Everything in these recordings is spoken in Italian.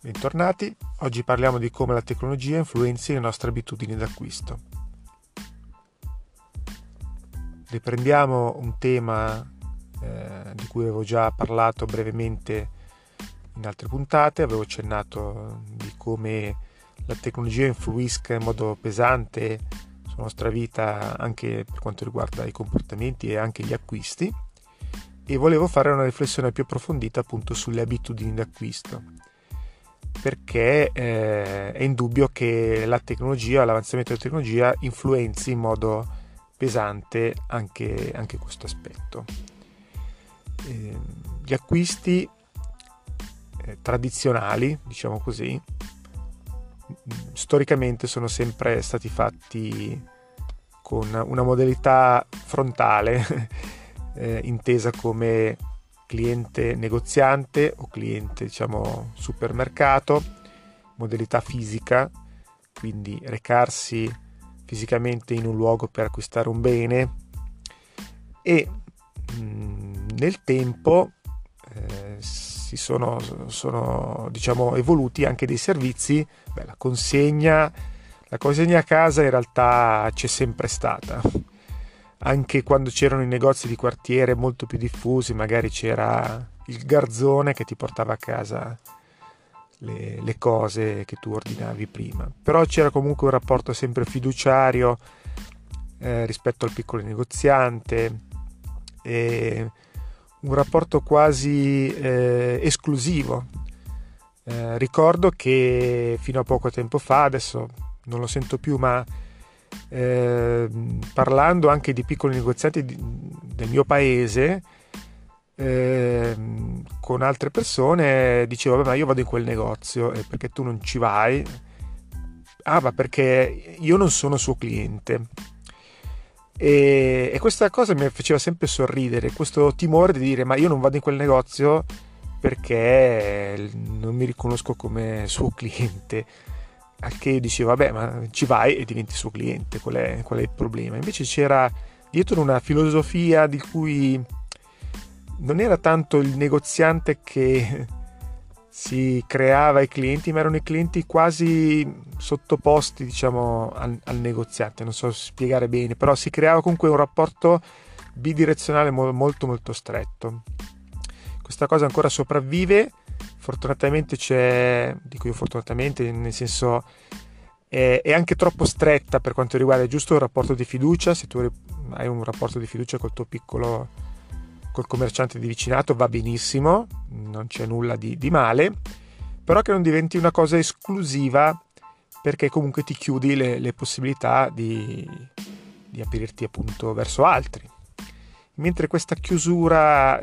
Bentornati, oggi parliamo di come la tecnologia influenzi le nostre abitudini d'acquisto. Riprendiamo un tema di cui avevo già parlato brevemente in altre puntate, avevo accennato di come la tecnologia influisca in modo pesante sulla nostra vita anche per quanto riguarda i comportamenti e anche gli acquisti, e volevo fare una riflessione più approfondita appunto sulle abitudini d'acquisto, perché è indubbio che la tecnologia, l'avanzamento della tecnologia influenzi in modo pesante anche questo aspetto. Gli acquisti tradizionali, diciamo così, storicamente sono sempre stati fatti con una modalità frontale intesa come cliente negoziante o cliente, diciamo, supermercato, modalità fisica, quindi recarsi fisicamente in un luogo per acquistare un bene, e nel tempo sono diciamo evoluti anche dei servizi. La consegna a casa in realtà c'è sempre stata, anche quando c'erano i negozi di quartiere molto più diffusi, magari c'era il garzone che ti portava a casa le cose che tu ordinavi prima, però c'era comunque un rapporto sempre fiduciario rispetto al piccolo negoziante, e un rapporto quasi esclusivo. Ricordo che fino a poco tempo fa, adesso non lo sento più, ma parlando anche di piccoli negozianti del mio paese, con altre persone dicevo: vabbè, ma io vado in quel negozio, perché tu non ci vai? Ah, ma perché io non sono suo cliente. E questa cosa mi faceva sempre sorridere, questo timore di dire: ma io non vado in quel negozio perché non mi riconosco come suo cliente. Al che io dicevo: vabbè, ma ci vai e diventi suo cliente, qual è il problema? Invece c'era dietro una filosofia di cui non era tanto il negoziante che si creava i clienti, ma erano i clienti quasi sottoposti, diciamo, al negoziante. Non so spiegare bene, però si creava comunque un rapporto bidirezionale molto molto stretto. Questa cosa ancora sopravvive. Fortunatamente dico io fortunatamente, nel senso è anche troppo stretta per quanto riguarda giusto il rapporto di fiducia. Se tu hai un rapporto di fiducia col commerciante di vicinato, va benissimo, non c'è nulla di male, però che non diventi una cosa esclusiva, perché comunque ti chiudi le possibilità di aprirti appunto verso altri. Mentre questa chiusura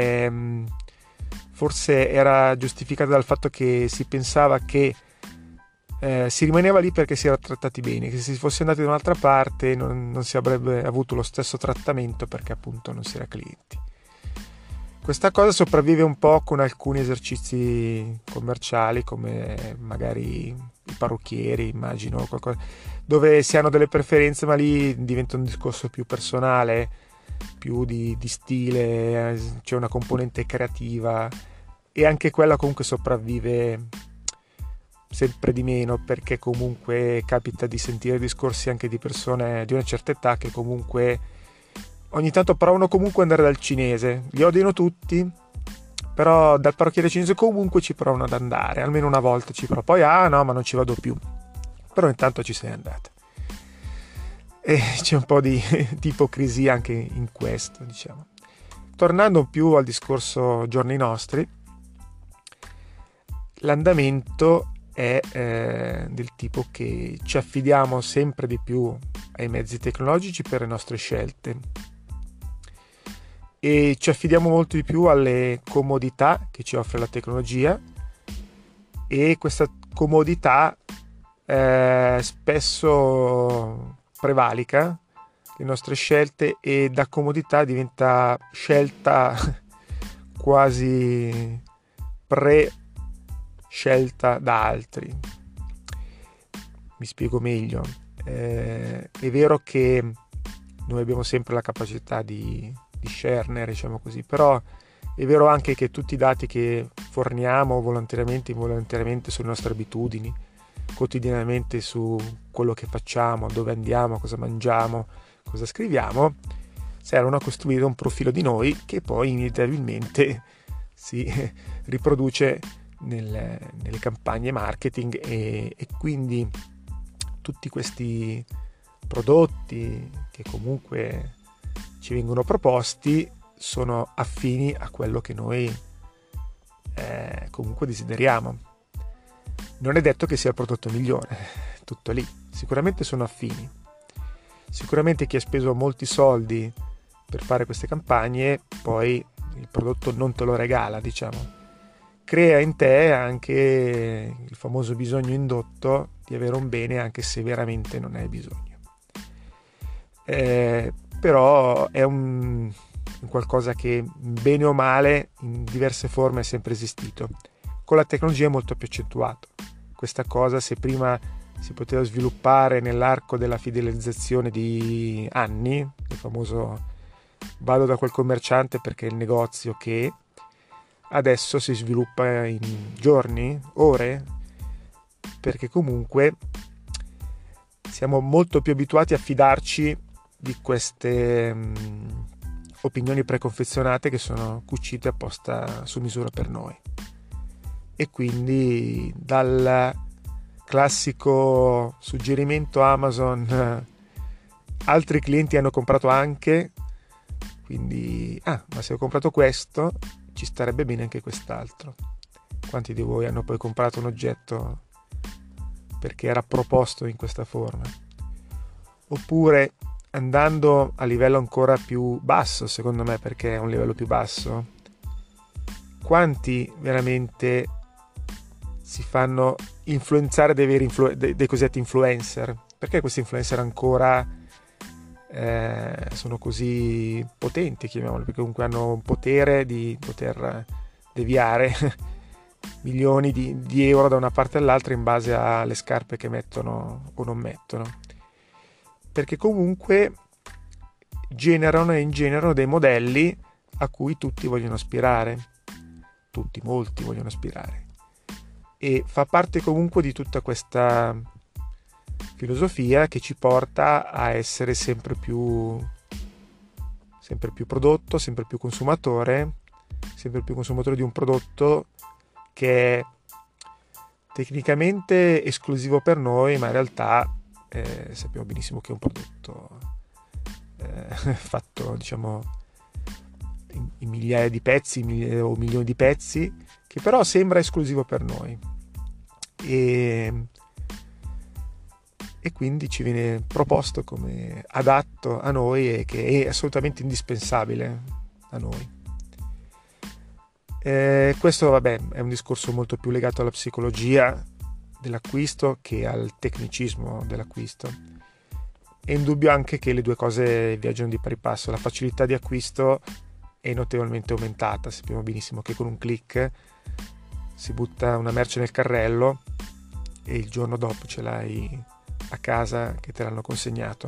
forse era giustificata dal fatto che si pensava che si rimaneva lì perché si era trattati bene, che se si fosse andati da un'altra parte non si avrebbe avuto lo stesso trattamento perché appunto non si era clienti. Questa cosa sopravvive un po' con alcuni esercizi commerciali, come magari i parrucchieri, immagino, qualcosa, dove si hanno delle preferenze, ma lì diventa un discorso più personale, più di stile, c'è una componente creativa, e anche quella comunque sopravvive sempre di meno, perché comunque capita di sentire discorsi anche di persone di una certa età che comunque ogni tanto provano comunque ad andare dal cinese, li odiano tutti, però dal parrucchiere cinese comunque ci provano ad andare, almeno una volta ci provo, poi no, ma non ci vado più, però intanto ci sei andata. E c'è un po' di ipocrisia anche in questo, diciamo. Tornando più al discorso giorni nostri, l'andamento è del tipo che ci affidiamo sempre di più ai mezzi tecnologici per le nostre scelte, e ci affidiamo molto di più alle comodità che ci offre la tecnologia, e questa comodità spesso prevalica le nostre scelte, e da comodità diventa scelta quasi pre-scelta da altri. Mi spiego meglio. È vero che noi abbiamo sempre la capacità di discernere, diciamo così, però È vero anche che tutti i dati che forniamo volontariamente e involontariamente sulle nostre abitudini, quotidianamente, su quello che facciamo, dove andiamo, cosa mangiamo, cosa scriviamo, servono a costruire un profilo di noi che poi inevitabilmente si riproduce nelle campagne marketing, e quindi tutti questi prodotti che comunque ci vengono proposti sono affini a quello che noi comunque desideriamo. Non è detto che sia il prodotto migliore, tutto lì. Sicuramente sono affini. Sicuramente chi ha speso molti soldi per fare queste campagne poi il prodotto non te lo regala, diciamo. Crea in te anche il famoso bisogno indotto di avere un bene anche se veramente non hai bisogno. Però è un qualcosa che, bene o male, in diverse forme è sempre esistito. Con la tecnologia è molto più accentuato. Questa cosa, se prima si poteva sviluppare nell'arco della fidelizzazione di anni, il famoso vado da quel commerciante perché è il negozio che, adesso si sviluppa in giorni, ore, perché comunque siamo molto più abituati a fidarci di queste opinioni preconfezionate che sono cucite apposta su misura per noi. E quindi dal classico suggerimento Amazon, altri clienti hanno comprato anche, quindi ma se ho comprato questo ci starebbe bene anche quest'altro. Quanti di voi hanno poi comprato un oggetto perché era proposto in questa forma? Oppure, andando a livello ancora più basso, secondo me, perché è un livello più basso, quanti veramente si fanno influenzare dei cosiddetti influencer? Perché questi influencer ancora sono così potenti, chiamiamoli, perché comunque hanno un potere di poter deviare milioni di euro da una parte all'altra in base alle scarpe che mettono o non mettono, perché comunque generano e ingenerano dei modelli a cui tutti vogliono aspirare, molti vogliono aspirare, e fa parte comunque di tutta questa filosofia che ci porta a essere sempre più prodotto, sempre più consumatore di un prodotto che è tecnicamente esclusivo per noi, ma in realtà sappiamo benissimo che è un prodotto fatto, diciamo, in migliaia di pezzi o milioni di pezzi, che però sembra esclusivo per noi, e quindi ci viene proposto come adatto a noi e che è assolutamente indispensabile a noi. Questo, vabbè, è un discorso molto più legato alla psicologia dell'acquisto che al tecnicismo dell'acquisto. È indubbio anche che le due cose viaggiano di pari passo. La facilità di acquisto è notevolmente aumentata. Sappiamo benissimo che con un click si butta una merce nel carrello e il giorno dopo ce l'hai a casa che te l'hanno consegnato.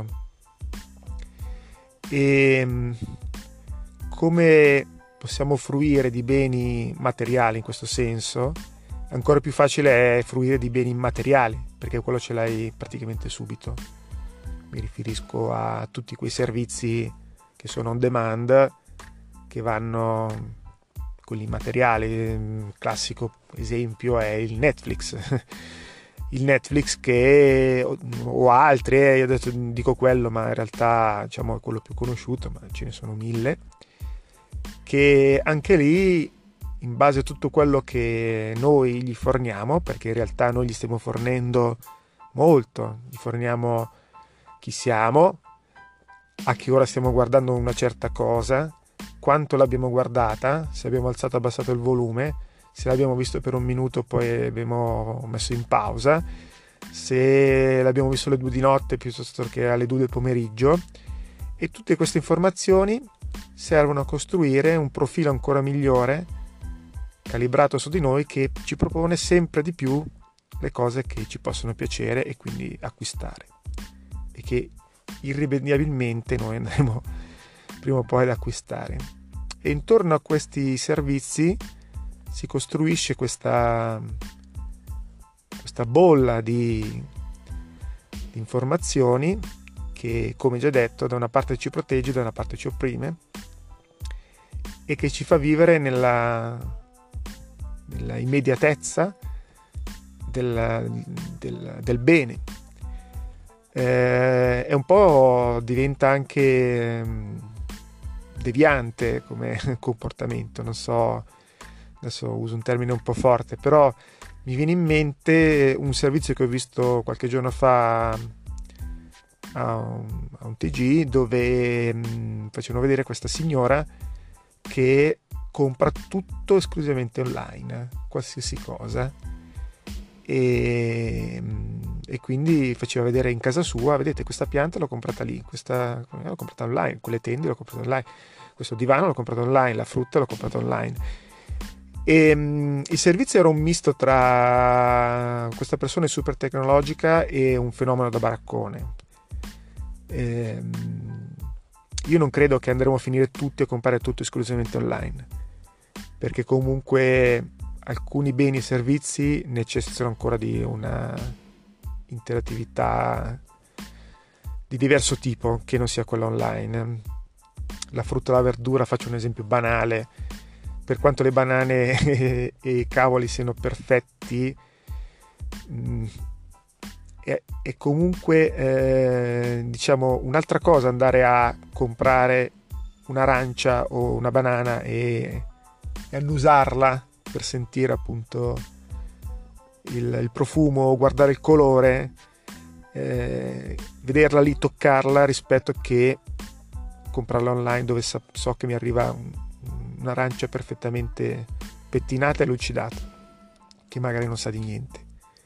E come possiamo fruire di beni materiali in questo senso, ancora più facile è fruire di beni immateriali, perché quello ce l'hai praticamente subito. Mi riferisco a tutti quei servizi che sono on demand, che vanno con l'immateriale. Il classico esempio è il Netflix. Il Netflix o altri, io adesso dico quello, ma in realtà, diciamo, è quello più conosciuto, ma ce ne sono 1000, che anche lì, in base a tutto quello che noi gli forniamo, perché in realtà noi gli stiamo fornendo molto, gli forniamo chi siamo, a che ora stiamo guardando una certa cosa, quanto l'abbiamo guardata, se abbiamo alzato o abbassato il volume, se l'abbiamo visto per un minuto poi abbiamo messo in pausa, se l'abbiamo visto alle 2 di notte piuttosto che alle 2 del pomeriggio, e tutte queste informazioni servono a costruire un profilo ancora migliore, calibrato su di noi, che ci propone sempre di più le cose che ci possono piacere e quindi acquistare, e che irrimediabilmente noi andremo prima o poi ad acquistare. E intorno a questi servizi si costruisce questa bolla di informazioni che, come già detto, da una parte ci protegge, da una parte ci opprime e che ci fa vivere nella immediatezza del bene. È un po' diventa anche deviante come comportamento, non so, adesso uso un termine un po' forte, però mi viene in mente un servizio che ho visto qualche giorno fa a un TG, dove facevano vedere questa signora che compra tutto esclusivamente online, qualsiasi cosa, e quindi faceva vedere in casa sua: vedete, questa pianta l'ho comprata lì, questa l'ho comprata online, quelle tende l'ho comprata online, questo divano l'ho comprato online, la frutta l'ho comprata online. E il servizio era un misto tra questa persona super tecnologica e un fenomeno da baraccone. Io non credo che andremo a finire tutti a comprare tutto esclusivamente online, perché comunque alcuni beni e servizi necessitano ancora di una interattività di diverso tipo che non sia quella online. La frutta e la verdura, faccio un esempio banale: per quanto le banane e i cavoli siano perfetti, è comunque diciamo un'altra cosa andare a comprare un'arancia o una banana e annusarla per sentire appunto il profumo, guardare il colore, vederla lì, toccarla, rispetto che comprarla online dove so che mi arriva un'arancia perfettamente pettinata e lucidata, che magari non sa di niente.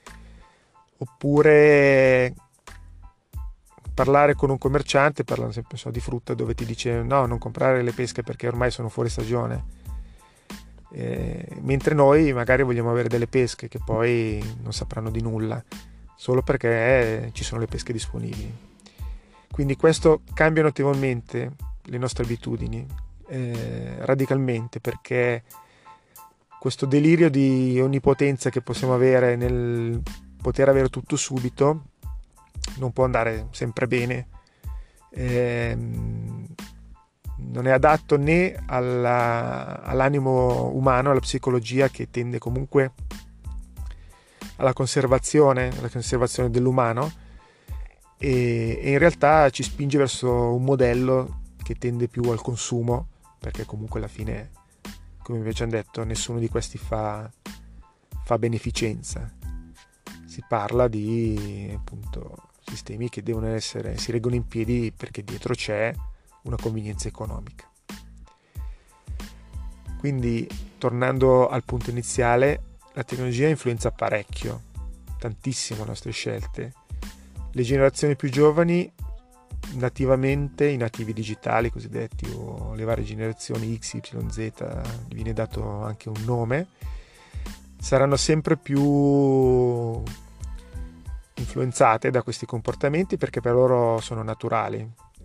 Oppure parlare con un commerciante, parlando sempre di frutta, dove ti dice no, non comprare le pesche perché ormai sono fuori stagione, mentre noi magari vogliamo avere delle pesche che poi non sapranno di nulla solo perché ci sono le pesche disponibili. Quindi questo cambia notevolmente le nostre abitudini, radicalmente, perché questo delirio di onnipotenza che possiamo avere nel poter avere tutto subito non può andare sempre bene, non è adatto né all'animo umano, alla psicologia, che tende comunque alla conservazione dell'umano, e in realtà ci spinge verso un modello che tende più al consumo, perché comunque alla fine, come vi ho già detto, nessuno di questi fa beneficenza. Si parla di appunto sistemi che si reggono in piedi perché dietro c'è una convenienza economica. Quindi, tornando al punto iniziale, la tecnologia influenza parecchio, tantissimo le nostre scelte. Le generazioni più giovani, nativamente, i nativi digitali cosiddetti, o le varie generazioni X, Y, Z, gli viene dato anche un nome, saranno sempre più influenzate da questi comportamenti perché per loro sono naturali.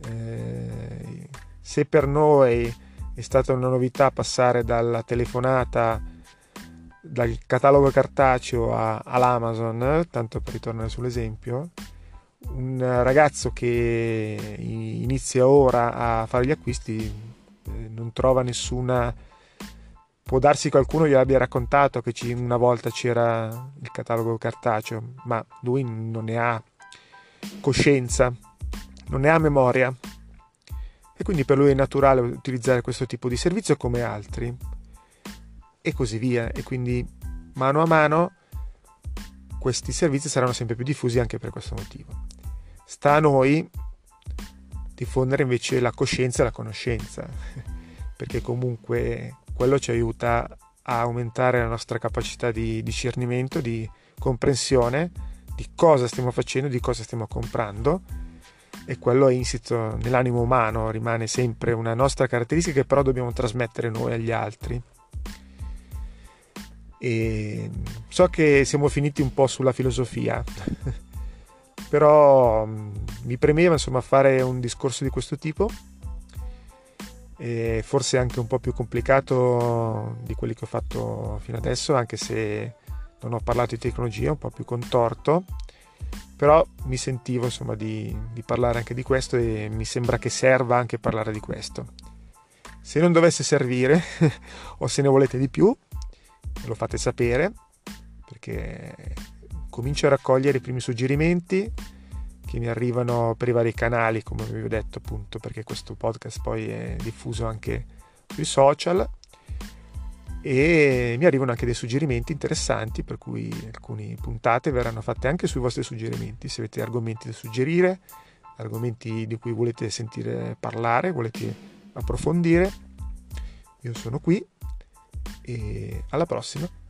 Se per noi è stata una novità passare dalla telefonata, dal catalogo cartaceo all'Amazon, tanto per ritornare sull'esempio, un ragazzo che inizia ora a fare gli acquisti non trova nessuna... Può darsi qualcuno gli abbia raccontato che una volta c'era il catalogo cartaceo, ma lui non ne ha coscienza, non ne ha memoria, e quindi per lui è naturale utilizzare questo tipo di servizio come altri, e così via. E quindi mano a mano questi servizi saranno sempre più diffusi anche per questo motivo. Sta a noi diffondere invece la coscienza e la conoscenza, perché comunque quello ci aiuta a aumentare la nostra capacità di discernimento, di comprensione di cosa stiamo facendo, di cosa stiamo comprando, e quello è insito nell'animo umano, rimane sempre una nostra caratteristica che però dobbiamo trasmettere noi agli altri. E so che siamo finiti un po' sulla filosofia però mi premeva insomma fare un discorso di questo tipo, e forse anche un po' più complicato di quelli che ho fatto fino adesso, anche se non ho parlato di tecnologia, un po' più contorto, però mi sentivo insomma di parlare anche di questo e mi sembra che serva anche parlare di questo. Se non dovesse servire o se ne volete di più, me lo fate sapere, perché comincio a raccogliere i primi suggerimenti che mi arrivano per i vari canali, come vi ho detto, appunto, perché questo podcast poi è diffuso anche sui social, e mi arrivano anche dei suggerimenti interessanti, per cui alcune puntate verranno fatte anche sui vostri suggerimenti. Se avete argomenti da suggerire, argomenti di cui volete sentire parlare, volete approfondire, io sono qui, e alla prossima.